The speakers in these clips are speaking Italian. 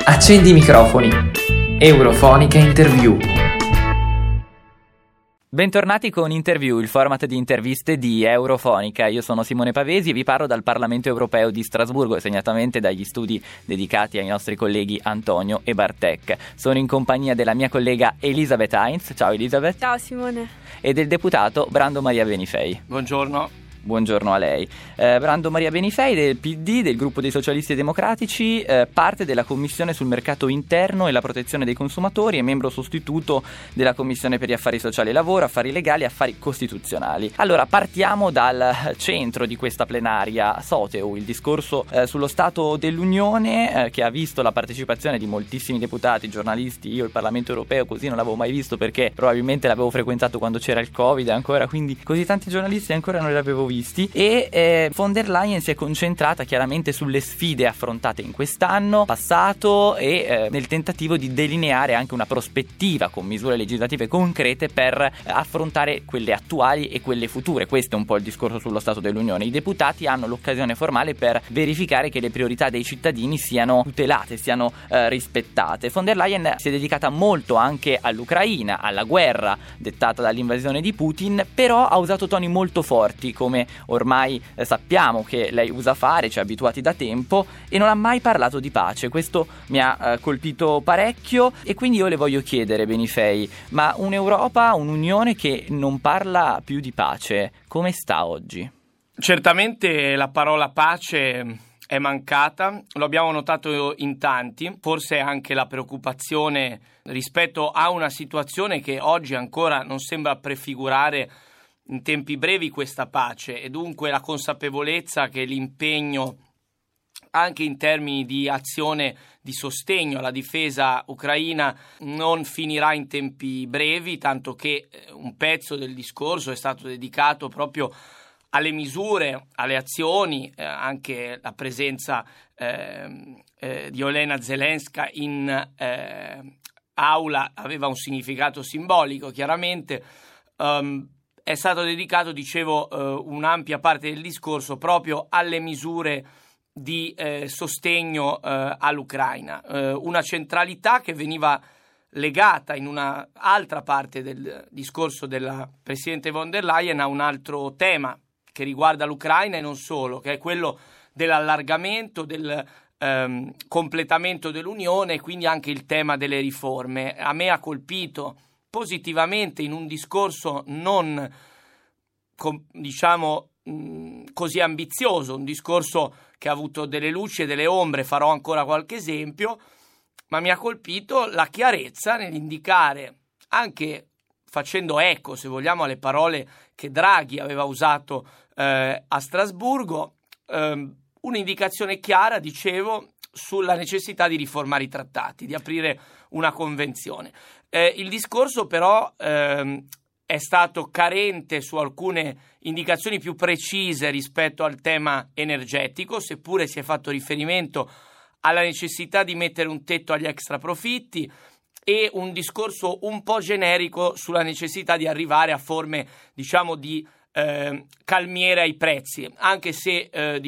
Accendi i microfoni. Eurofonica Interview. Bentornati con Interview, il format di interviste di Eurofonica. Io sono Simone Pavesi e vi parlo dal Parlamento Europeo di Strasburgo, segnatamente dagli studi dedicati ai nostri colleghi Antonio e Bartek. Sono in compagnia della mia collega Elisabeth Heinz. Ciao Elisabeth. Ciao Simone. E del deputato Brando Maria Benifei. Buongiorno. Buongiorno a lei. Brando Maria Benifei del PD, del gruppo dei Socialisti e Democratici, parte della Commissione sul mercato interno e la protezione dei consumatori e membro sostituto della Commissione per gli affari sociali e lavoro, affari legali e affari costituzionali. Allora, partiamo dal centro di questa plenaria, Soteu, il discorso sullo Stato dell'Unione, che ha visto la partecipazione di moltissimi deputati, giornalisti. Io il Parlamento Europeo così non l'avevo mai visto, perché probabilmente l'avevo frequentato quando c'era il Covid ancora, quindi così tanti giornalisti ancora non li avevo visti. E von der Leyen si è concentrata chiaramente sulle sfide affrontate in quest'anno passato e nel tentativo di delineare anche una prospettiva con misure legislative concrete per affrontare quelle attuali e quelle future. Questo è un po' il discorso sullo Stato dell'Unione. I deputati hanno l'occasione formale per verificare che le priorità dei cittadini siano tutelate, siano rispettate. Von der Leyen si è dedicata molto anche all'Ucraina, alla guerra dettata dall'invasione di Putin, però ha usato toni molto forti, come ormai sappiamo che lei usa fare, ci ha abituati da tempo, e non ha mai parlato di pace. Questo mi ha colpito parecchio, e quindi io le voglio chiedere, Benifei, ma un'Europa, un'Unione che non parla più di pace, come sta oggi? Certamente la parola pace è mancata, lo abbiamo notato in tanti, forse anche la preoccupazione rispetto a una situazione che oggi ancora non sembra prefigurare in tempi brevi questa pace, e dunque la consapevolezza che l'impegno anche in termini di azione di sostegno alla difesa ucraina non finirà in tempi brevi, tanto che un pezzo del discorso è stato dedicato proprio alle misure, alle azioni, anche la presenza di Olena Zelenska in aula aveva un significato simbolico, chiaramente. È stato dedicato, dicevo, un'ampia parte del discorso proprio alle misure di sostegno all'Ucraina, una centralità che veniva legata in una altra parte del discorso della Presidente von der Leyen a un altro tema che riguarda l'Ucraina e non solo, che è quello dell'allargamento, del completamento dell'Unione, e quindi anche il tema delle riforme. A me ha colpito positivamente, in un discorso non così ambizioso, un discorso che ha avuto delle luci e delle ombre, farò ancora qualche esempio, ma mi ha colpito la chiarezza nell'indicare, anche facendo eco, se vogliamo, alle parole che Draghi aveva usato a Strasburgo, un'indicazione chiara, dicevo, sulla necessità di riformare i trattati, di aprire una convenzione. Il discorso però è stato carente su alcune indicazioni più precise rispetto al tema energetico, seppure si è fatto riferimento alla necessità di mettere un tetto agli extra profitti, e un discorso un po' generico sulla necessità di arrivare a forme, diciamo, di calmiere ai prezzi, anche se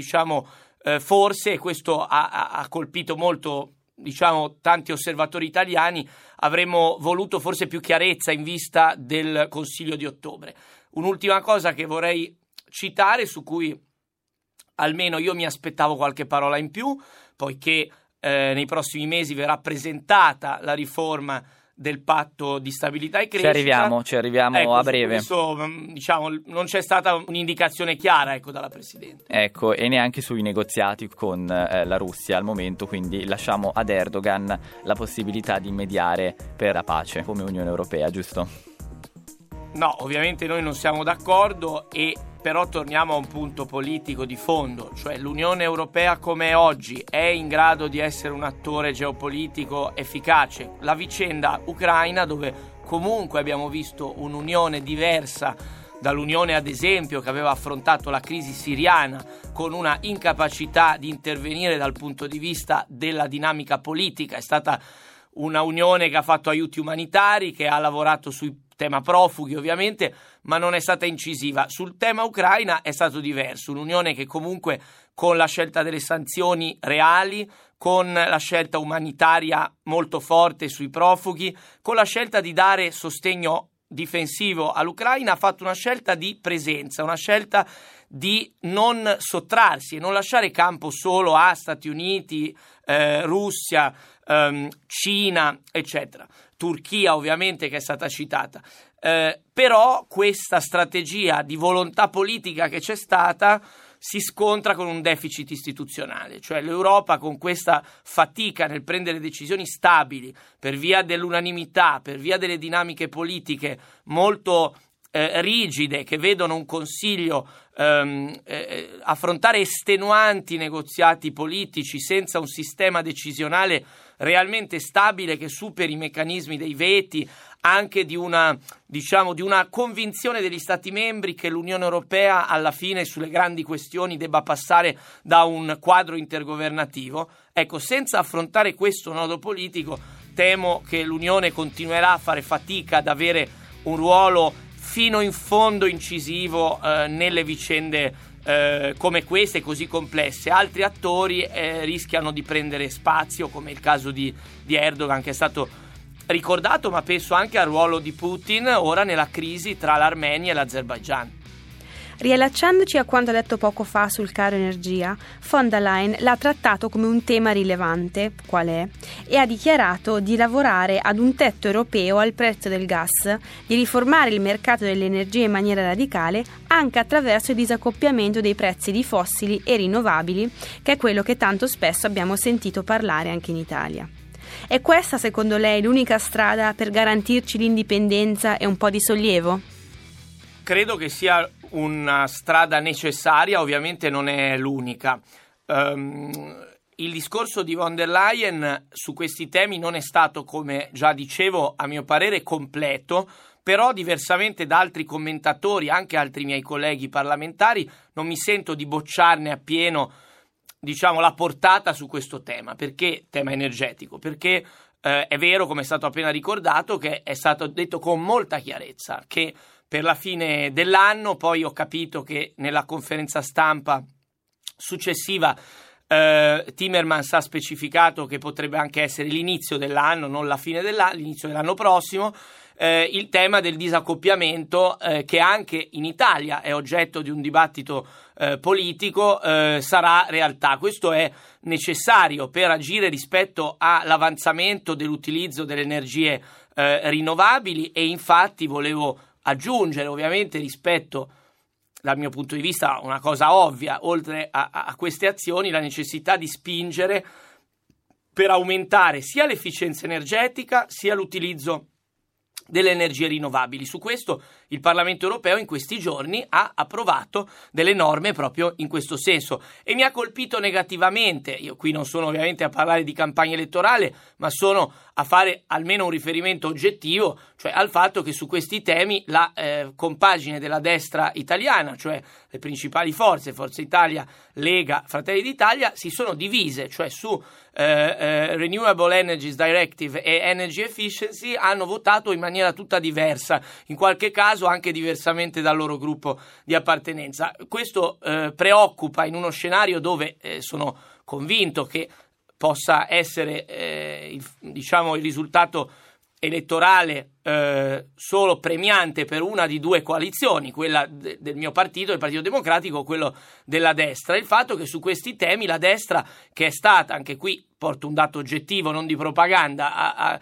forse questo ha colpito molto, diciamo, tanti osservatori italiani. Avremmo voluto forse più chiarezza in vista del Consiglio di ottobre. Un'ultima cosa che vorrei citare, su cui almeno io mi aspettavo qualche parola in più, poiché nei prossimi mesi verrà presentata la riforma del patto di stabilità e crescita. Ci arriviamo ecco, a breve. Questo, diciamo, non c'è stata un'indicazione chiara, ecco, dalla Presidente. Ecco, e neanche sui negoziati con la Russia al momento, quindi lasciamo ad Erdogan la possibilità di mediare per la pace come Unione Europea, giusto? No, ovviamente noi non siamo d'accordo, e però torniamo a un punto politico di fondo, cioè l'Unione Europea come oggi è in grado di essere un attore geopolitico efficace. La vicenda ucraina, dove comunque abbiamo visto un'unione diversa dall'Unione, ad esempio, che aveva affrontato la crisi siriana con una incapacità di intervenire dal punto di vista della dinamica politica, è stata una unione che ha fatto aiuti umanitari, che ha lavorato sui tema profughi ovviamente, ma non è stata incisiva. Sul tema Ucraina è stato diverso, un'unione che comunque con la scelta delle sanzioni reali, con la scelta umanitaria molto forte sui profughi, con la scelta di dare sostegno difensivo all'Ucraina, ha fatto una scelta di presenza, una scelta di non sottrarsi e non lasciare campo solo a Stati Uniti, Russia, Cina, eccetera. Turchia ovviamente, che è stata citata. Però questa strategia di volontà politica che c'è stata si scontra con un deficit istituzionale, cioè l'Europa, con questa fatica nel prendere decisioni stabili per via dell'unanimità, per via delle dinamiche politiche molto rigide, che vedono un Consiglio affrontare estenuanti negoziati politici senza un sistema decisionale realmente stabile che superi i meccanismi dei veti, anche di una convinzione degli Stati membri che l'Unione Europea alla fine sulle grandi questioni debba passare da un quadro intergovernativo. Ecco, senza affrontare questo nodo politico, temo che l'Unione continuerà a fare fatica ad avere un ruolo fino in fondo incisivo nelle vicende come queste, così complesse. Altri attori rischiano di prendere spazio, come il caso di Erdogan, che è stato ricordato, ma penso anche al ruolo di Putin ora nella crisi tra l'Armenia e l'Azerbaigian. Riallacciandoci a quanto detto poco fa sul caro energia, von der Leyen l'ha trattato come un tema rilevante, qual è, e ha dichiarato di lavorare ad un tetto europeo al prezzo del gas, di riformare il mercato dell'energia in maniera radicale anche attraverso il disaccoppiamento dei prezzi di fossili e rinnovabili, che è quello che tanto spesso abbiamo sentito parlare anche in Italia. È questa, secondo lei, l'unica strada per garantirci l'indipendenza e un po' di sollievo? Credo che sia una strada necessaria, ovviamente non è l'unica. Il discorso di von der Leyen su questi temi non è stato, come già dicevo, a mio parere completo, però diversamente da altri commentatori, anche altri miei colleghi parlamentari, non mi sento di bocciarne appieno la portata su questo tema energetico, perché è vero, come è stato appena ricordato, che è stato detto con molta chiarezza che per la fine dell'anno, poi ho capito che nella conferenza stampa successiva Timmermans ha specificato che potrebbe anche essere l'inizio dell'anno, non la fine dell'anno, l'inizio dell'anno prossimo, il tema del disaccoppiamento che anche in Italia è oggetto di un dibattito politico, sarà realtà. Questo è necessario per agire rispetto all'avanzamento dell'utilizzo delle energie rinnovabili, e infatti volevo aggiungere, ovviamente, rispetto, dal mio punto di vista, una cosa ovvia, oltre a queste azioni, la necessità di spingere per aumentare sia l'efficienza energetica sia l'utilizzo delle energie rinnovabili. Su questo il Parlamento europeo in questi giorni ha approvato delle norme proprio in questo senso, e mi ha colpito negativamente. Io qui non sono ovviamente a parlare di campagna elettorale, ma sono a fare almeno un riferimento oggettivo, cioè al fatto che su questi temi la compagine della destra italiana, cioè le principali forze, Forza Italia, Lega, Fratelli d'Italia, si sono divise, cioè su Renewable Energies Directive e Energy Efficiency hanno votato in maniera tutta diversa, in qualche caso anche diversamente dal loro gruppo di appartenenza. Questo preoccupa in uno scenario dove sono convinto che possa essere il risultato elettorale solo premiante per una di due coalizioni, quella del mio partito, il Partito Democratico, o quello della destra. Il fatto che su questi temi la destra, che è stata, anche qui porto un dato oggettivo, non di propaganda,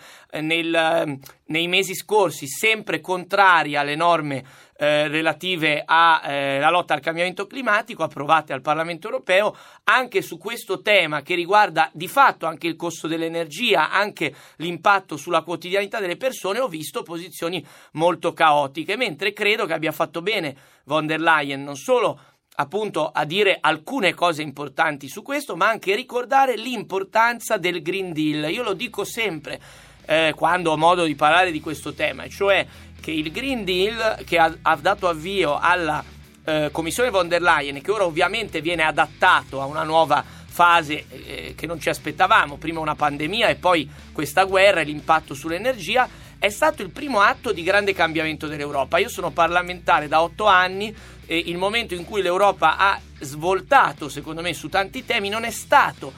nei mesi scorsi sempre contraria alle norme relative alla lotta al cambiamento climatico approvate al Parlamento europeo, anche su questo tema che riguarda di fatto anche il costo dell'energia, anche l'impatto sulla quotidianità delle persone, ho visto posizioni molto caotiche, mentre credo che abbia fatto bene von der Leyen non solo appunto a dire alcune cose importanti su questo, ma anche ricordare l'importanza del Green Deal. Io lo dico sempre quando ho modo di parlare di questo tema, cioè che il Green Deal che ha dato avvio alla Commissione von der Leyen, che ora ovviamente viene adattato a una nuova fase che non ci aspettavamo, prima una pandemia e poi questa guerra e l'impatto sull'energia, è stato il primo atto di grande cambiamento dell'Europa. Io sono parlamentare da 8 anni e il momento in cui l'Europa ha svoltato, secondo me, su tanti temi non è stato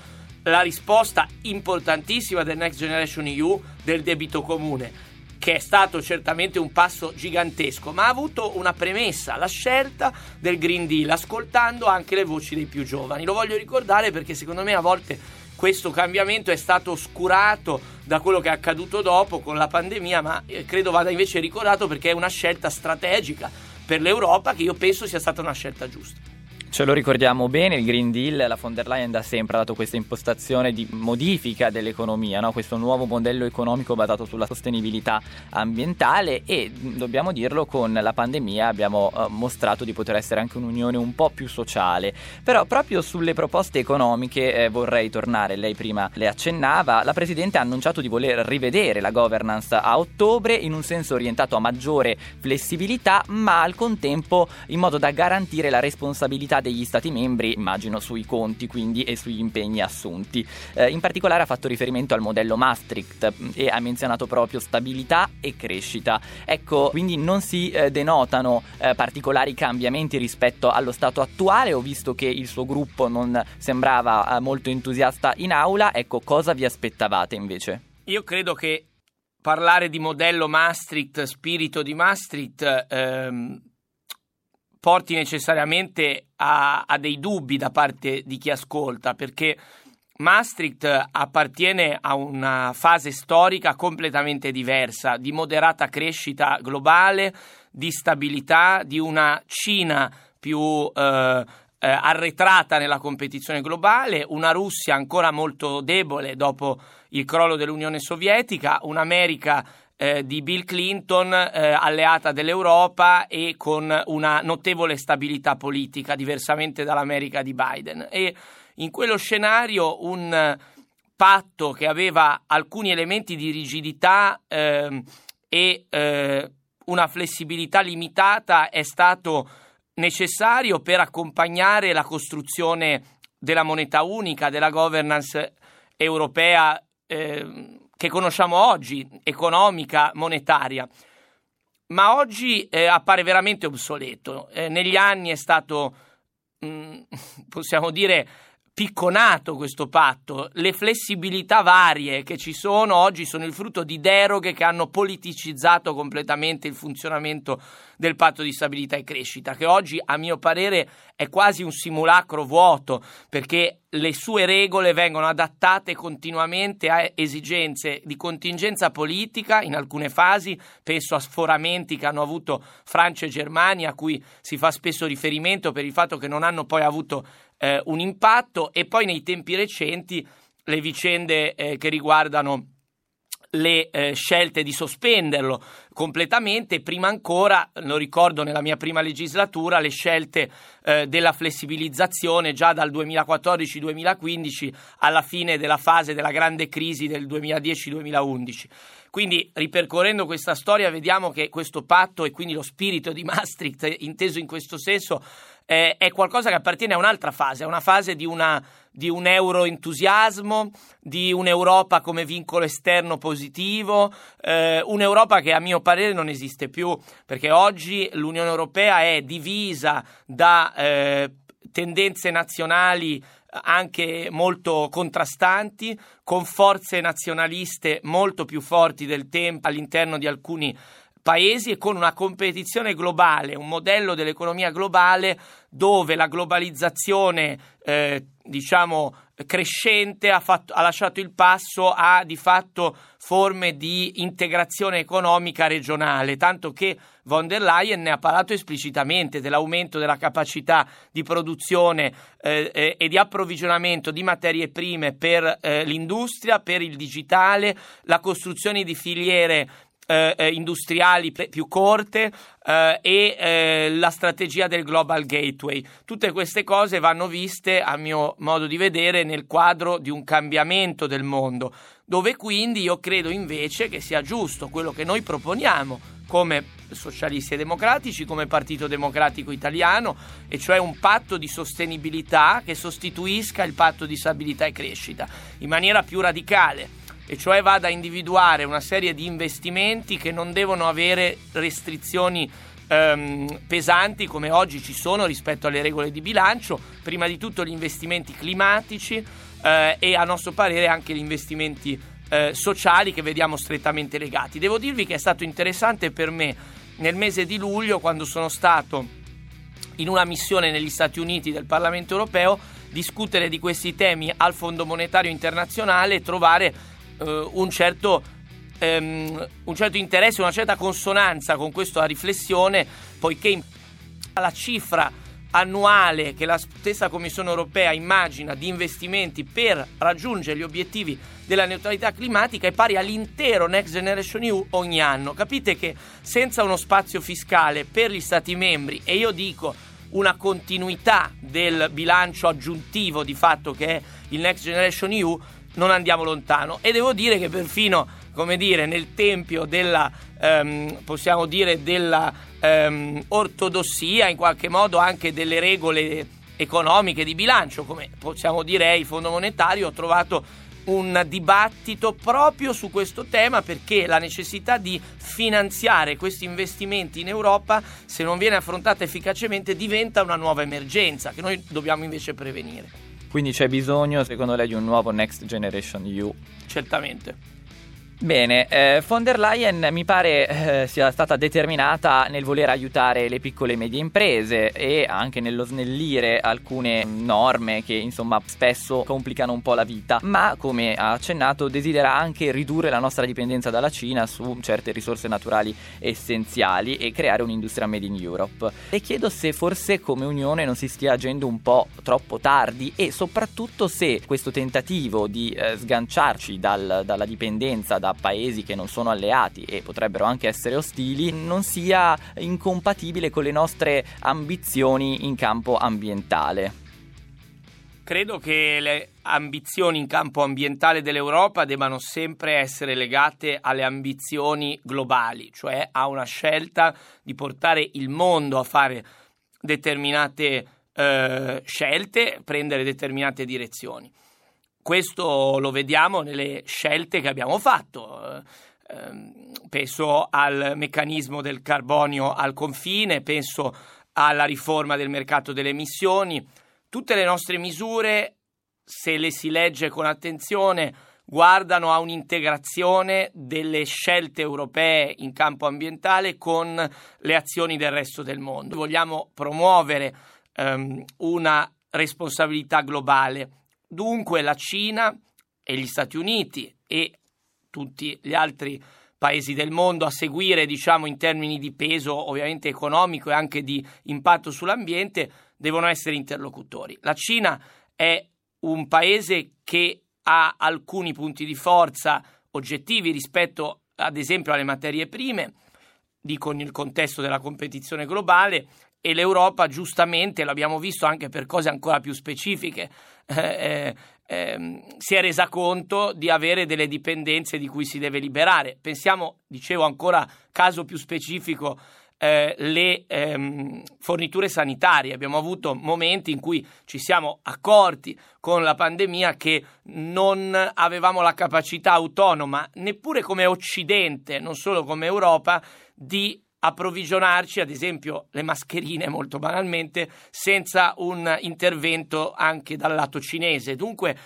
la risposta importantissima del Next Generation EU del debito comune, che è stato certamente un passo gigantesco, ma ha avuto una premessa, la scelta del Green Deal, ascoltando anche le voci dei più giovani. Lo voglio ricordare perché secondo me a volte questo cambiamento è stato oscurato da quello che è accaduto dopo con la pandemia, ma credo vada invece ricordato perché è una scelta strategica per l'Europa che io penso sia stata una scelta giusta. Ce lo ricordiamo bene, il Green Deal, la von der Leyen da sempre ha dato questa impostazione di modifica dell'economia, no? Questo nuovo modello economico basato sulla sostenibilità ambientale, e dobbiamo dirlo, con la pandemia abbiamo mostrato di poter essere anche un'unione un po' più sociale. Però proprio sulle proposte economiche vorrei tornare. Lei prima le accennava, la Presidente ha annunciato di voler rivedere la governance a ottobre in un senso orientato a maggiore flessibilità, ma al contempo in modo da garantire la responsabilità degli Stati membri, immagino, sui conti quindi e sugli impegni assunti. In particolare ha fatto riferimento al modello Maastricht e ha menzionato proprio stabilità e crescita. Ecco, quindi non si denotano particolari cambiamenti rispetto allo stato attuale. Ho visto che il suo gruppo non sembrava molto entusiasta in aula. Ecco, cosa vi aspettavate invece? Io credo che parlare di modello Maastricht, spirito di Maastricht, porti necessariamente a dei dubbi da parte di chi ascolta, perché Maastricht appartiene a una fase storica completamente diversa, di moderata crescita globale, di stabilità, di una Cina più arretrata nella competizione globale, una Russia ancora molto debole dopo il crollo dell'Unione Sovietica, un'America di Bill Clinton alleata dell'Europa e con una notevole stabilità politica, diversamente dall'America di Biden. E in quello scenario un patto che aveva alcuni elementi di rigidità e una flessibilità limitata è stato necessario per accompagnare la costruzione della moneta unica, della governance europea che conosciamo oggi, economica, monetaria, ma oggi appare veramente obsoleto. Negli anni è stato, possiamo dire, picconato questo patto. Le flessibilità varie che ci sono oggi sono il frutto di deroghe che hanno politicizzato completamente il funzionamento del patto di stabilità e crescita, che oggi a mio parere è quasi un simulacro vuoto, perché le sue regole vengono adattate continuamente a esigenze di contingenza politica in alcune fasi, penso a sforamenti che hanno avuto Francia e Germania, a cui si fa spesso riferimento per il fatto che non hanno poi avuto un impatto, e poi nei tempi recenti le vicende che riguardano le scelte di sospenderlo completamente. Prima ancora, lo ricordo, nella mia prima legislatura, le scelte della flessibilizzazione già dal 2014-2015 alla fine della fase della grande crisi del 2010-2011. Quindi, ripercorrendo questa storia, vediamo che questo patto, e quindi lo spirito di Maastricht inteso in questo senso, è qualcosa che appartiene a un'altra fase, a una fase di un euroentusiasmo, di un'Europa come vincolo esterno positivo, un'Europa che a mio parere non esiste più, perché oggi l'Unione Europea è divisa da tendenze nazionali anche molto contrastanti, con forze nazionaliste molto più forti del tempo all'interno di alcuni paesi, e con una competizione globale, un modello dell'economia globale dove la globalizzazione crescente ha lasciato il passo a di fatto forme di integrazione economica regionale, tanto che von der Leyen ne ha parlato esplicitamente dell'aumento della capacità di produzione e di approvvigionamento di materie prime per l'industria, per il digitale, la costruzione di filiere industriali più corte e la strategia del Global Gateway. Tutte queste cose vanno viste, a mio modo di vedere, nel quadro di un cambiamento del mondo, dove quindi io credo invece che sia giusto quello che noi proponiamo come socialisti e democratici, come Partito Democratico Italiano, e cioè un patto di sostenibilità che sostituisca il patto di stabilità e crescita in maniera più radicale, e cioè vada a individuare una serie di investimenti che non devono avere restrizioni pesanti come oggi ci sono rispetto alle regole di bilancio. Prima di tutto gli investimenti climatici, e a nostro parere anche gli investimenti sociali che vediamo strettamente legati. Devo dirvi che è stato interessante per me nel mese di luglio, quando sono stato in una missione negli Stati Uniti del Parlamento europeo, discutere di questi temi al Fondo Monetario Internazionale e trovare un certo interesse, una certa consonanza con questa riflessione, poiché la cifra annuale che la stessa Commissione europea immagina di investimenti per raggiungere gli obiettivi della neutralità climatica è pari all'intero Next Generation EU ogni anno. Capite che senza uno spazio fiscale per gli Stati membri, e io dico una continuità del bilancio aggiuntivo di fatto che è il Next Generation EU, non andiamo lontano. E devo dire che perfino, come dire, nel tempio della possiamo dire della ortodossia, in qualche modo anche delle regole economiche di bilancio, come possiamo dire il Fondo Monetario, ho trovato un dibattito proprio su questo tema, perché la necessità di finanziare questi investimenti in Europa, se non viene affrontata efficacemente, diventa una nuova emergenza che noi dobbiamo invece prevenire. Quindi c'è bisogno, secondo lei, di un nuovo Next Generation EU? Certamente. Bene, von der Leyen mi pare sia stata determinata nel voler aiutare le piccole e medie imprese e anche nello snellire alcune norme che insomma spesso complicano un po' la vita, ma come ha accennato desidera anche ridurre la nostra dipendenza dalla Cina su certe risorse naturali essenziali e creare un'industria made in Europe. Le chiedo se forse come Unione non si stia agendo un po' troppo tardi e soprattutto se questo tentativo di sganciarci dalla dipendenza da paesi che non sono alleati e potrebbero anche essere ostili non sia incompatibile con le nostre ambizioni in campo ambientale. Credo che le ambizioni in campo ambientale dell'Europa debbano sempre essere legate alle ambizioni globali, cioè a una scelta di portare il mondo a fare determinate scelte, prendere determinate direzioni. Questo lo vediamo nelle scelte che abbiamo fatto. Penso al meccanismo del carbonio al confine, penso alla riforma del mercato delle emissioni. Tutte le nostre misure, se le si legge con attenzione, guardano a un'integrazione delle scelte europee in campo ambientale con le azioni del resto del mondo. Vogliamo promuovere una responsabilità globale. Dunque la Cina e gli Stati Uniti e tutti gli altri paesi del mondo a seguire, diciamo, in termini di peso ovviamente economico e anche di impatto sull'ambiente, devono essere interlocutori. La Cina è un paese che ha alcuni punti di forza oggettivi rispetto ad esempio alle materie prime, dico nel contesto della competizione globale, e l'Europa giustamente, l'abbiamo visto anche per cose ancora più specifiche, si è resa conto di avere delle dipendenze di cui si deve liberare. Pensiamo, dicevo ancora, caso più specifico, le forniture sanitarie. Abbiamo avuto momenti in cui ci siamo accorti con la pandemia che non avevamo la capacità autonoma, neppure come Occidente, non solo come Europa, di approvvigionarci, ad esempio le mascherine molto banalmente, senza un intervento anche dal lato cinese. Dunque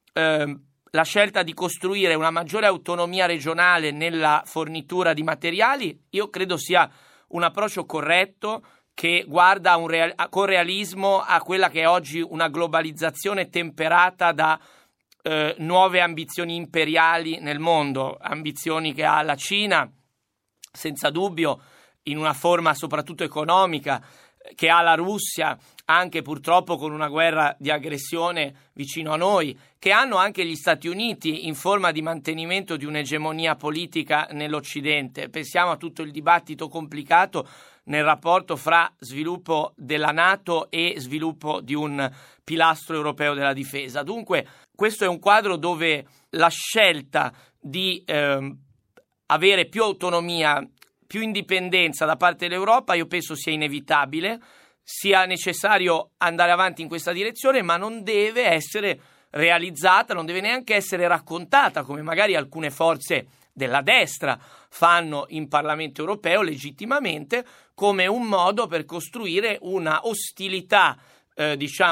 la scelta di costruire una maggiore autonomia regionale nella fornitura di materiali io credo sia un approccio corretto che guarda con realismo a quella che è oggi una globalizzazione temperata da nuove ambizioni imperiali nel mondo, ambizioni che ha la Cina senza dubbio in una forma soprattutto economica, che ha la Russia anche purtroppo con una guerra di aggressione vicino a noi, che hanno anche gli Stati Uniti in forma di mantenimento di un'egemonia politica nell'Occidente. Pensiamo a tutto il dibattito complicato nel rapporto fra sviluppo della NATO e sviluppo di un pilastro europeo della difesa. Dunque questo è un quadro dove la scelta di avere più autonomia, più indipendenza da parte dell'Europa, io penso sia inevitabile, sia necessario andare avanti in questa direzione, ma non deve essere realizzata, non deve neanche essere raccontata, come magari alcune forze della destra fanno in Parlamento europeo legittimamente, come un modo per costruire una ostilità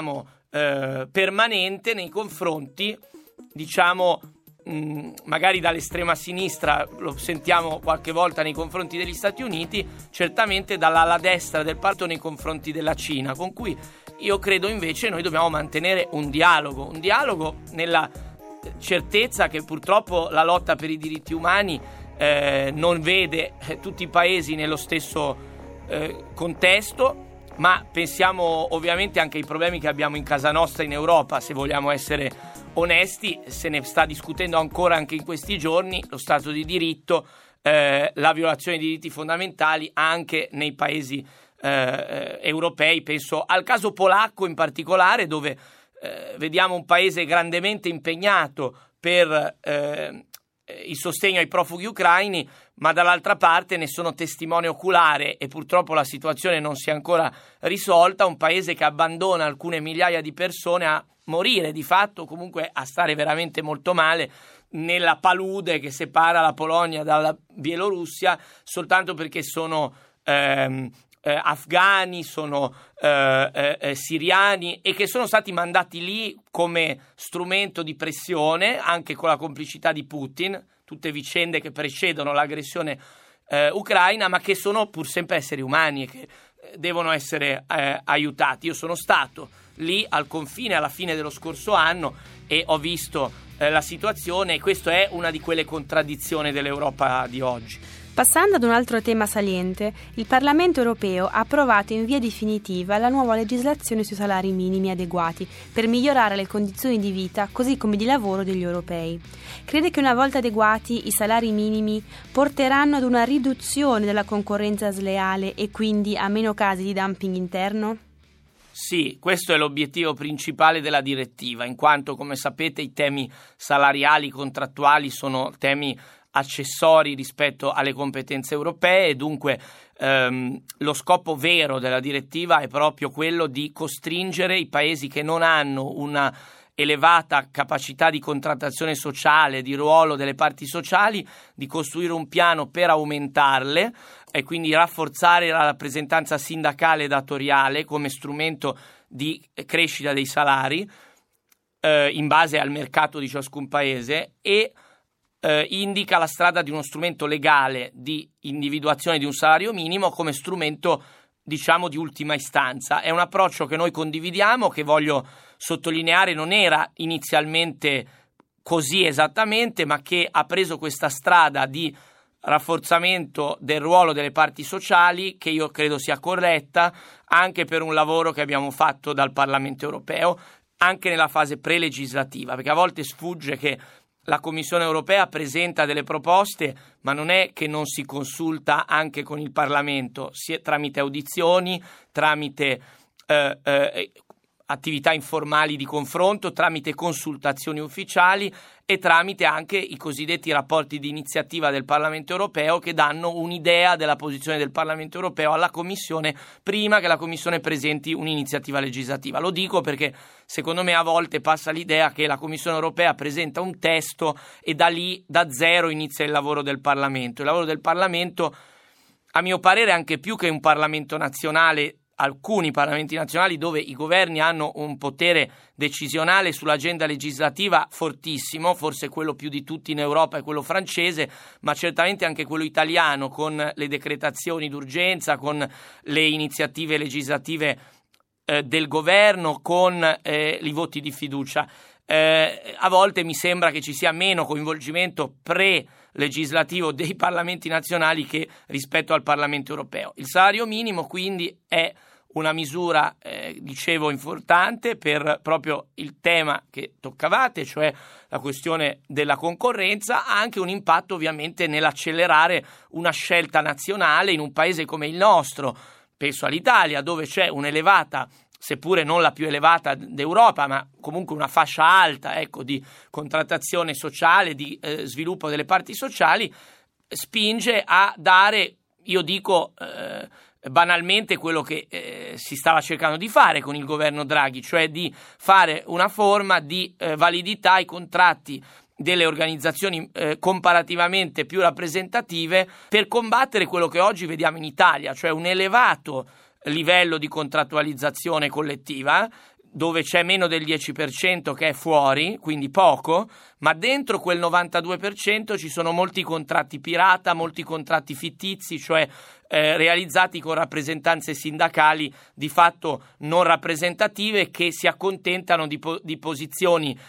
permanente nei confronti, diciamo, magari dall'estrema sinistra, lo sentiamo qualche volta nei confronti degli Stati Uniti, certamente dall'ala destra del partito nei confronti della Cina, con cui io credo invece noi dobbiamo mantenere un dialogo nella certezza che purtroppo la lotta per i diritti umani non vede tutti i paesi nello stesso contesto, ma pensiamo ovviamente anche ai problemi che abbiamo in casa nostra in Europa. Se vogliamo essere onesti, se ne sta discutendo ancora anche in questi giorni, lo Stato di diritto, la violazione dei diritti fondamentali anche nei paesi europei. Penso al caso polacco in particolare, dove vediamo un paese grandemente impegnato per il sostegno ai profughi ucraini, ma dall'altra parte ne sono testimone oculare, e purtroppo la situazione non si è ancora risolta, un paese che abbandona alcune migliaia di persone a morire di fatto, comunque a stare veramente molto male nella palude che separa la Polonia dalla Bielorussia, soltanto perché sono afghani, sono siriani, e che sono stati mandati lì come strumento di pressione, anche con la complicità di Putin, tutte vicende che precedono l'aggressione ucraina, ma che sono pur sempre esseri umani e che devono essere aiutati. Io sono stato lì al confine alla fine dello scorso anno e ho visto la situazione, e questa è una di quelle contraddizioni dell'Europa di oggi. Passando ad un altro tema saliente, il Parlamento europeo ha approvato in via definitiva la nuova legislazione sui salari minimi adeguati per migliorare le condizioni di vita così come di lavoro degli europei. Crede che una volta adeguati i salari minimi porteranno ad una riduzione della concorrenza sleale e quindi a meno casi di dumping interno? Sì, questo è l'obiettivo principale della direttiva, in quanto, come sapete, i temi salariali contrattuali sono temi accessori rispetto alle competenze europee, e dunque lo scopo vero della direttiva è proprio quello di costringere i paesi che non hanno una elevata capacità di contrattazione sociale, di ruolo delle parti sociali, di costruire un piano per aumentarle e quindi rafforzare la rappresentanza sindacale e datoriale come strumento di crescita dei salari in base al mercato di ciascun paese, e indica la strada di uno strumento legale di individuazione di un salario minimo come strumento, diciamo, di ultima istanza. È un approccio che noi condividiamo, che voglio sottolineare non era inizialmente così esattamente, ma che ha preso questa strada di rafforzamento del ruolo delle parti sociali, che io credo sia corretta anche per un lavoro che abbiamo fatto dal Parlamento europeo anche nella fase prelegislativa, perché a volte sfugge che la Commissione europea presenta delle proposte, ma non è che non si consulta anche con il Parlamento, sia tramite audizioni, tramite attività informali di confronto, tramite consultazioni ufficiali e tramite anche i cosiddetti rapporti di iniziativa del Parlamento europeo, che danno un'idea della posizione del Parlamento europeo alla Commissione prima che la Commissione presenti un'iniziativa legislativa. Lo dico perché secondo me a volte passa l'idea che la Commissione europea presenta un testo e da lì, da zero, inizia il lavoro del Parlamento. Il lavoro del Parlamento, a mio parere, anche più che un Parlamento nazionale, alcuni parlamenti nazionali dove i governi hanno un potere decisionale sull'agenda legislativa fortissimo, forse quello più di tutti in Europa è quello francese, ma certamente anche quello italiano, con le decretazioni d'urgenza, con le iniziative legislative del governo, con i voti di fiducia. A volte mi sembra che ci sia meno coinvolgimento legislativo dei parlamenti nazionali che rispetto al Parlamento europeo. Il salario minimo quindi è una misura, dicevo, importante per proprio il tema che toccavate, cioè la questione della concorrenza. Ha anche un impatto ovviamente nell'accelerare una scelta nazionale in un paese come il nostro, penso all'Italia, dove c'è un'elevata, seppure non la più elevata d'Europa, ma comunque una fascia alta, di contrattazione sociale, di sviluppo delle parti sociali, spinge a dare, io dico banalmente, quello che si stava cercando di fare con il governo Draghi, cioè di fare una forma di validità ai contratti delle organizzazioni comparativamente più rappresentative, per combattere quello che oggi vediamo in Italia, cioè un elevato livello di contrattualizzazione collettiva, dove c'è meno del 10% che è fuori, quindi poco, ma dentro quel 92% ci sono molti contratti pirata, molti contratti fittizi, cioè realizzati con rappresentanze sindacali di fatto non rappresentative, che si accontentano di posizioni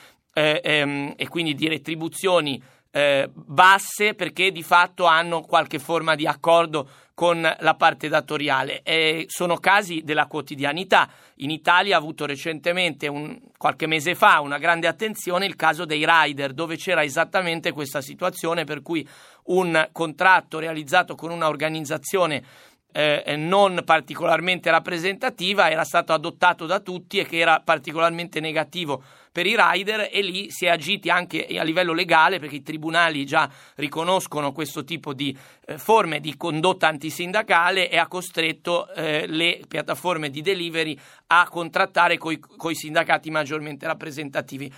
e quindi di retribuzioni basse, perché di fatto hanno qualche forma di accordo con la parte datoriale. Sono casi della quotidianità. In Italia ha avuto recentemente, qualche mese fa, una grande attenzione il caso dei rider, dove c'era esattamente questa situazione, per cui un contratto realizzato con una organizzazione non particolarmente rappresentativa era stato adottato da tutti e che era particolarmente negativo per i rider, e lì si è agiti anche a livello legale, perché i tribunali già riconoscono questo tipo di forme di condotta antisindacale, e ha costretto le piattaforme di delivery a contrattare coi sindacati maggiormente rappresentativi.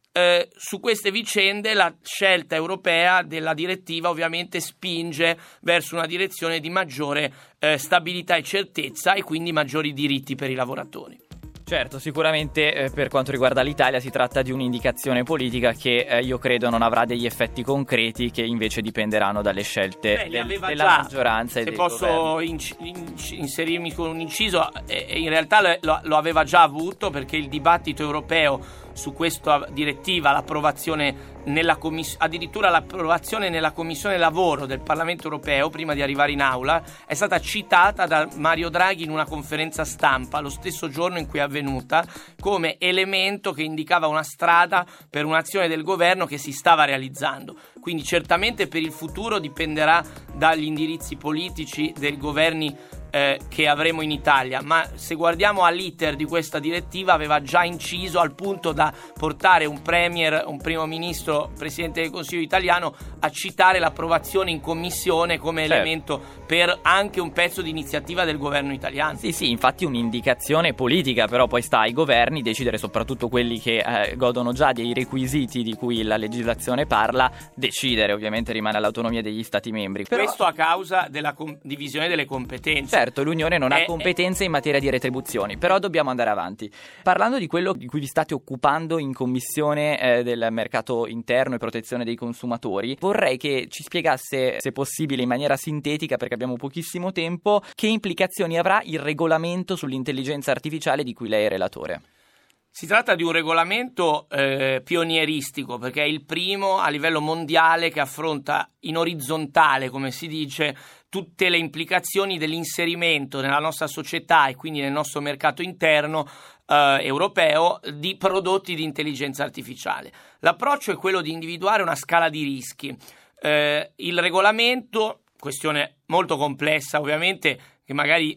Su queste vicende la scelta europea della direttiva ovviamente spinge verso una direzione di maggiore stabilità e certezza, e quindi maggiori diritti per i lavoratori. Certo, sicuramente per quanto riguarda l'Italia si tratta di un'indicazione politica che io credo non avrà degli effetti concreti, che invece dipenderanno dalle scelte della maggioranza. Se posso inserirmi con un inciso, in realtà lo aveva già avuto, perché il dibattito europeo su questa direttiva, l'approvazione addirittura l'approvazione nella Commissione Lavoro del Parlamento Europeo, prima di arrivare in aula, è stata citata da Mario Draghi in una conferenza stampa lo stesso giorno in cui è avvenuta, come elemento che indicava una strada per un'azione del governo che si stava realizzando. Quindi certamente per il futuro dipenderà dagli indirizzi politici dei governi che avremo in Italia, ma se guardiamo all'iter di questa direttiva aveva già inciso al punto da portare un premier, un primo ministro, presidente del Consiglio italiano a citare l'approvazione in commissione come elemento per anche un pezzo di iniziativa del governo italiano. Sì, infatti un'indicazione politica, però poi sta ai governi decidere, soprattutto quelli che godono già dei requisiti di cui la legislazione parla, decidere. Ovviamente rimane all'autonomia degli stati membri. Questo a causa della divisione delle competenze. Certo, l'Unione non ha competenze in materia di retribuzioni, però dobbiamo andare avanti. Parlando di quello di cui vi state occupando in Commissione del mercato interno e protezione dei consumatori, vorrei che ci spiegasse, se possibile in maniera sintetica, perché abbiamo pochissimo tempo, che implicazioni avrà il regolamento sull'intelligenza artificiale di cui lei è relatore. Si tratta di un regolamento pionieristico, perché è il primo a livello mondiale che affronta in orizzontale, come si dice, tutte le implicazioni dell'inserimento nella nostra società e quindi nel nostro mercato interno europeo di prodotti di intelligenza artificiale. L'approccio è quello di individuare una scala di rischi. Il regolamento, questione molto complessa ovviamente, che magari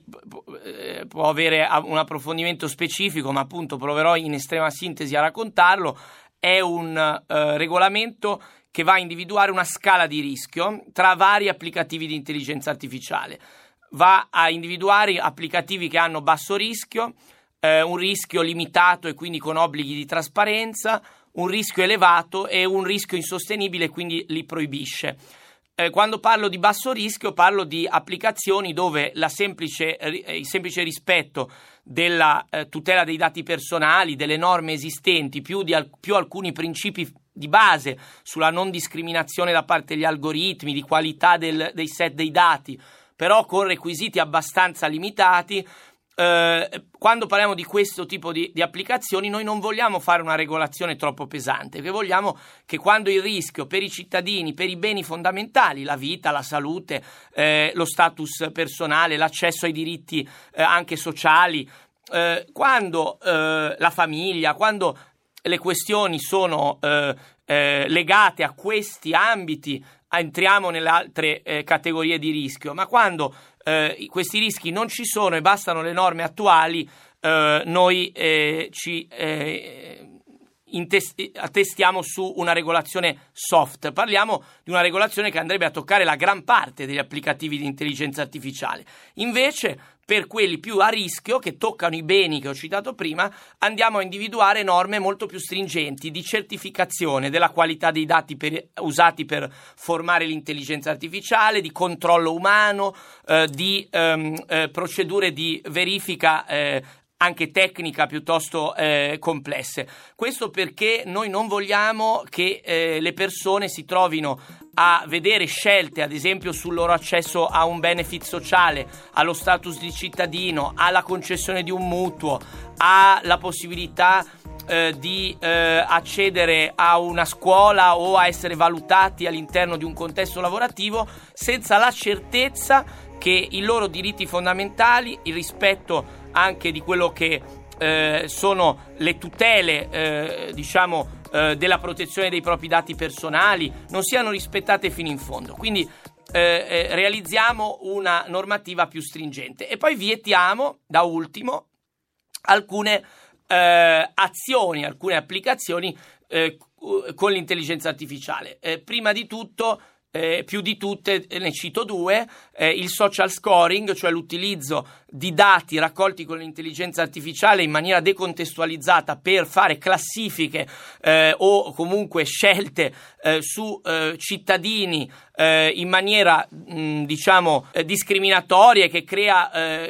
può avere un approfondimento specifico, ma appunto proverò in estrema sintesi a raccontarlo, è un regolamento che va a individuare una scala di rischio tra vari applicativi di intelligenza artificiale. Va a individuare applicativi che hanno basso rischio, un rischio limitato e quindi con obblighi di trasparenza, un rischio elevato e un rischio insostenibile e quindi li proibisce. Quando parlo di basso rischio parlo di applicazioni dove il semplice rispetto della tutela dei dati personali, delle norme esistenti, più alcuni principi di base sulla non discriminazione da parte degli algoritmi, di qualità dei set dei dati, però con requisiti abbastanza limitati. Quando parliamo di questo tipo di applicazioni, noi non vogliamo fare una regolazione troppo pesante, perché vogliamo che quando il rischio per i cittadini, per i beni fondamentali, la vita, la salute, lo status personale, l'accesso ai diritti anche sociali, quando la famiglia, quando le questioni sono legate a questi ambiti, entriamo nelle altre categorie di rischio, ma quando questi rischi non ci sono e bastano le norme attuali, noi ci attestiamo su una regolazione soft. Parliamo di una regolazione che andrebbe a toccare la gran parte degli applicativi di intelligenza artificiale. Invece, per quelli più a rischio, che toccano i beni che ho citato prima, andiamo a individuare norme molto più stringenti di certificazione della qualità dei dati usati per formare l'intelligenza artificiale, di controllo umano, di procedure di verifica anche tecnica piuttosto complesse. Questo perché noi non vogliamo che le persone si trovino a vedere scelte, ad esempio sul loro accesso a un benefit sociale, allo status di cittadino, alla concessione di un mutuo, alla possibilità di accedere a una scuola o a essere valutati all'interno di un contesto lavorativo, senza la certezza che i loro diritti fondamentali, il rispetto anche di quello che sono le tutele della protezione dei propri dati personali, non siano rispettate fino in fondo. Quindi realizziamo una normativa più stringente e poi vietiamo, da ultimo, alcune azioni, alcune applicazioni con l'intelligenza artificiale. Prima di tutto, più di tutte, ne cito due, il social scoring, cioè l'utilizzo di dati raccolti con l'intelligenza artificiale in maniera decontestualizzata per fare classifiche o comunque scelte su cittadini in maniera discriminatoria, che crea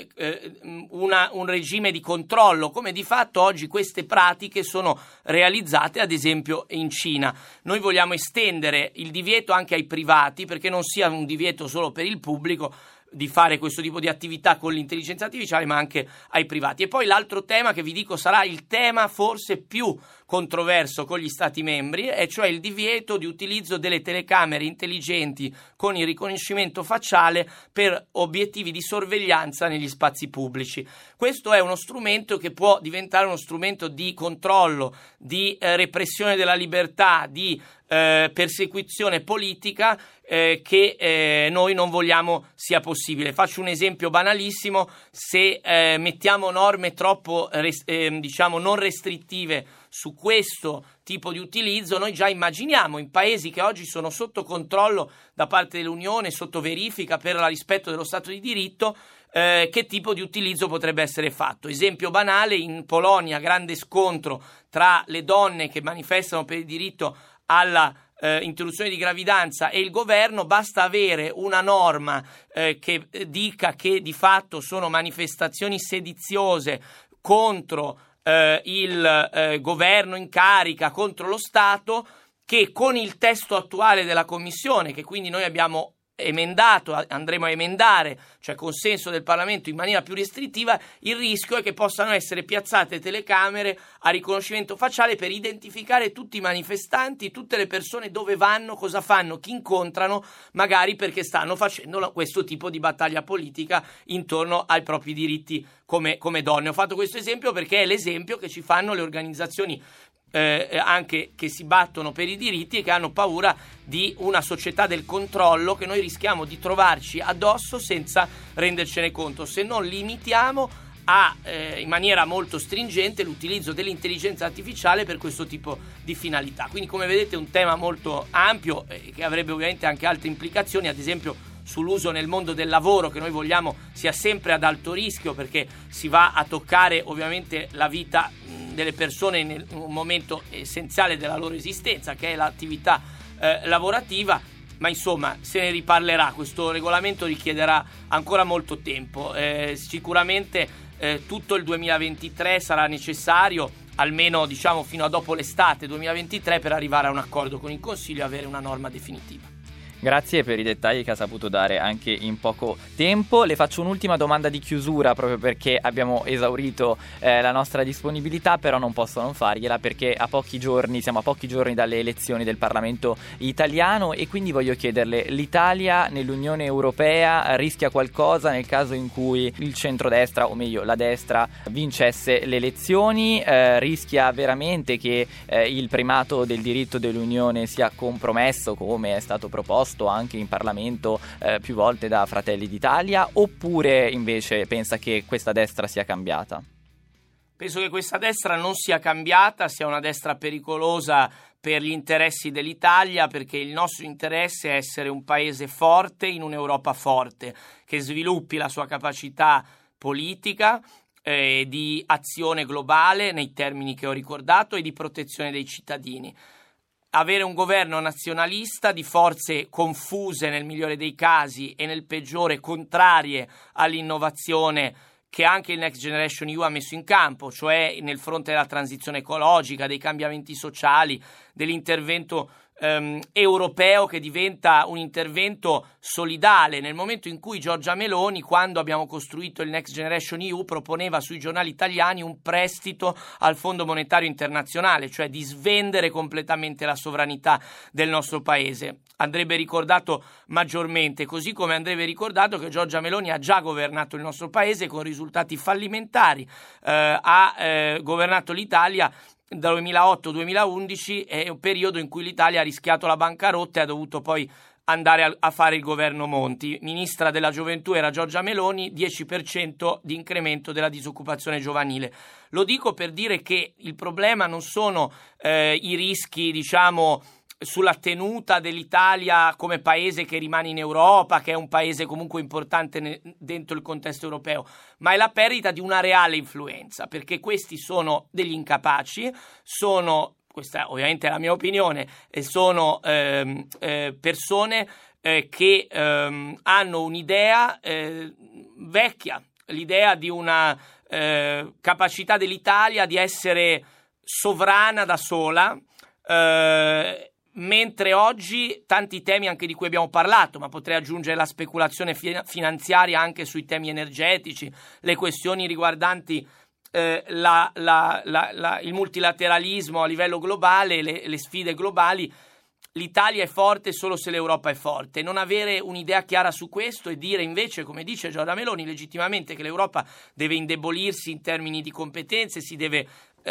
un regime di controllo, come di fatto oggi queste pratiche sono realizzate ad esempio in Cina. Noi vogliamo estendere il divieto anche ai privati, perché non sia un divieto solo per il pubblico di fare questo tipo di attività con l'intelligenza artificiale, ma anche ai privati. E poi l'altro tema che vi dico sarà il tema forse più controverso con gli Stati membri, e cioè il divieto di utilizzo delle telecamere intelligenti con il riconoscimento facciale per obiettivi di sorveglianza negli spazi pubblici. Questo è uno strumento che può diventare uno strumento di controllo, di repressione della libertà, di persecuzione politica che noi non vogliamo sia possibile. Faccio un esempio banalissimo: se mettiamo norme troppo non restrittive su questo tipo di utilizzo, noi già immaginiamo in paesi che oggi sono sotto controllo da parte dell'Unione, sotto verifica per il rispetto dello Stato di diritto, che tipo di utilizzo potrebbe essere fatto. Esempio banale: in Polonia grande scontro tra le donne che manifestano per il diritto alla interruzione di gravidanza e il governo. Basta avere una norma che dica che di fatto sono manifestazioni sediziose contro il governo in carica, contro lo Stato, che con il testo attuale della Commissione, che quindi noi abbiamo andremo a emendare, cioè consenso del Parlamento in maniera più restrittiva, il rischio è che possano essere piazzate telecamere a riconoscimento facciale per identificare tutti i manifestanti, tutte le persone, dove vanno, cosa fanno, chi incontrano, magari perché stanno facendo questo tipo di battaglia politica intorno ai propri diritti come donne. Ho fatto questo esempio perché è l'esempio che ci fanno le organizzazioni anche che si battono per i diritti e che hanno paura di una società del controllo che noi rischiamo di trovarci addosso senza rendercene conto, se non limitiamo in maniera molto stringente l'utilizzo dell'intelligenza artificiale per questo tipo di finalità. Quindi, come vedete, è un tema molto ampio che avrebbe ovviamente anche altre implicazioni, ad esempio sull'uso nel mondo del lavoro, che noi vogliamo sia sempre ad alto rischio, perché si va a toccare ovviamente la vita delle persone in un momento essenziale della loro esistenza, che è l'attività lavorativa. Ma insomma, se ne riparlerà. Questo regolamento richiederà ancora molto tempo, sicuramente tutto il 2023 sarà necessario, almeno fino a dopo l'estate 2023, per arrivare a un accordo con il Consiglio e avere una norma definitiva. Grazie per i dettagli che ha saputo dare anche in poco tempo. Le faccio un'ultima domanda di chiusura, proprio perché abbiamo esaurito la nostra disponibilità, però non posso non fargliela, perché siamo a pochi giorni dalle elezioni del Parlamento italiano, e quindi voglio chiederle: l'Italia nell'Unione Europea rischia qualcosa nel caso in cui il centrodestra, o meglio la destra, vincesse le elezioni? Rischia veramente che il primato del diritto dell'Unione sia compromesso, come è stato proposto anche in Parlamento più volte da Fratelli d'Italia, oppure invece pensa che questa destra sia cambiata? Penso che questa destra non sia cambiata, sia una destra pericolosa per gli interessi dell'Italia, perché il nostro interesse è essere un paese forte in un'Europa forte, che sviluppi la sua capacità politica, di azione globale nei termini che ho ricordato e di protezione dei cittadini. Avere un governo nazionalista di forze confuse nel migliore dei casi e nel peggiore contrarie all'innovazione, che anche il Next Generation EU ha messo in campo, cioè nel fronte della transizione ecologica, dei cambiamenti sociali, dell'intervento europeo che diventa un intervento solidale. Nel momento in cui Giorgia Meloni, quando abbiamo costruito il Next Generation EU, proponeva sui giornali italiani un prestito al Fondo Monetario Internazionale, cioè di svendere completamente la sovranità del nostro paese. Andrebbe ricordato maggiormente, così come andrebbe ricordato che Giorgia Meloni ha già governato il nostro paese con risultati fallimentari, ha governato l'Italia dal 2008-2011, è un periodo in cui l'Italia ha rischiato la bancarotta e ha dovuto poi andare a fare il governo Monti. Ministra della gioventù era Giorgia Meloni, 10% di incremento della disoccupazione giovanile. Lo dico per dire che il problema non sono i rischi, diciamo, sulla tenuta dell'Italia come paese che rimane in Europa, che è un paese comunque importante dentro il contesto europeo, ma è la perdita di una reale influenza, perché questi sono degli incapaci, questa ovviamente è la mia opinione, sono persone che hanno un'idea vecchia, l'idea di una capacità dell'Italia di essere sovrana da sola, mentre oggi tanti temi anche di cui abbiamo parlato, ma potrei aggiungere la speculazione finanziaria anche sui temi energetici, le questioni riguardanti il multilateralismo a livello globale, le sfide globali. L'Italia è forte solo se l'Europa è forte. Non avere un'idea chiara su questo e dire invece, come dice Giorgia Meloni legittimamente, che l'Europa deve indebolirsi in termini di competenze, si deve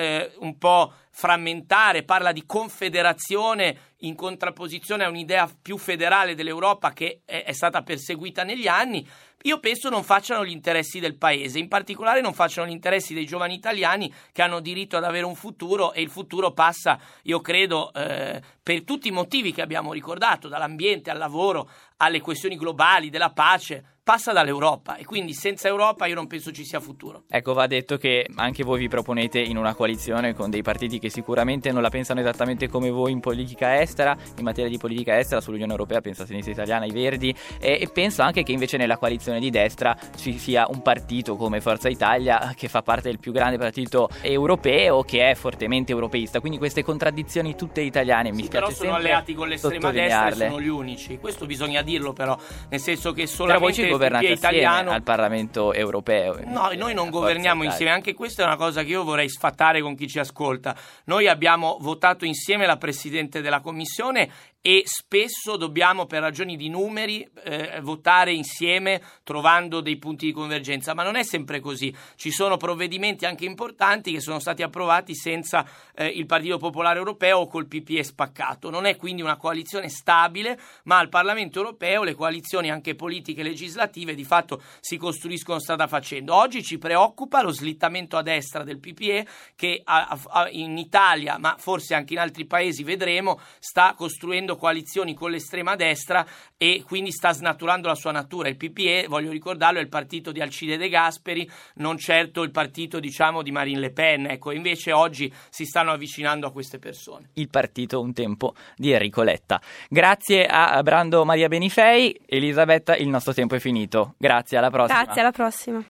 un po' frammentare, parla di confederazione in contrapposizione a un'idea più federale dell'Europa che è stata perseguita negli anni. Io penso non facciano gli interessi del paese, in particolare non facciano gli interessi dei giovani italiani che hanno diritto ad avere un futuro, e il futuro passa, io credo, per tutti i motivi che abbiamo ricordato, dall'ambiente al lavoro alle questioni globali, della pace, passa dall'Europa, e quindi senza Europa io non penso ci sia futuro. Ecco, va detto che anche voi vi proponete in una coalizione con dei partiti che sicuramente non la pensano esattamente come voi in politica estera. In materia di politica estera sull'Unione Europea penso a Sinistra Italiana, i Verdi, e penso anche che invece nella coalizione di destra ci sia un partito come Forza Italia che fa parte del più grande partito europeo, che è fortemente europeista, quindi queste contraddizioni tutte italiane mi spiace però sono sempre alleati con l'estrema destra e sono gli unici, questo bisogna dirlo, però nel senso che solamente governate italiano al Parlamento europeo. No, noi non governiamo insieme, anche questa è una cosa che io vorrei sfatare con chi ci ascolta. Noi abbiamo votato insieme la Presidente della Commissione e spesso dobbiamo, per ragioni di numeri, votare insieme trovando dei punti di convergenza, ma non è sempre così. Ci sono provvedimenti anche importanti che sono stati approvati senza il Partito Popolare Europeo o col PPE spaccato. Non è quindi una coalizione stabile, ma al Parlamento Europeo le coalizioni anche politiche e legislative di fatto si costruiscono strada facendo. Oggi ci preoccupa lo slittamento a destra del PPE che in Italia, ma forse anche in altri paesi vedremo, sta costruendo coalizioni con l'estrema destra e quindi sta snaturando la sua natura. Il PPE, voglio ricordarlo, è il partito di Alcide De Gasperi, non certo il partito, diciamo, di Marine Le Pen. Ecco, invece oggi si stanno avvicinando a queste persone. Il partito un tempo di Enrico Letta. Grazie a Brando Maria Benifei. Elisabetta, il nostro tempo è finito. Grazie, alla prossima. Grazie, alla prossima.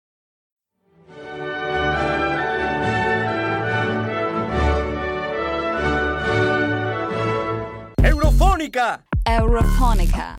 Eurofonica!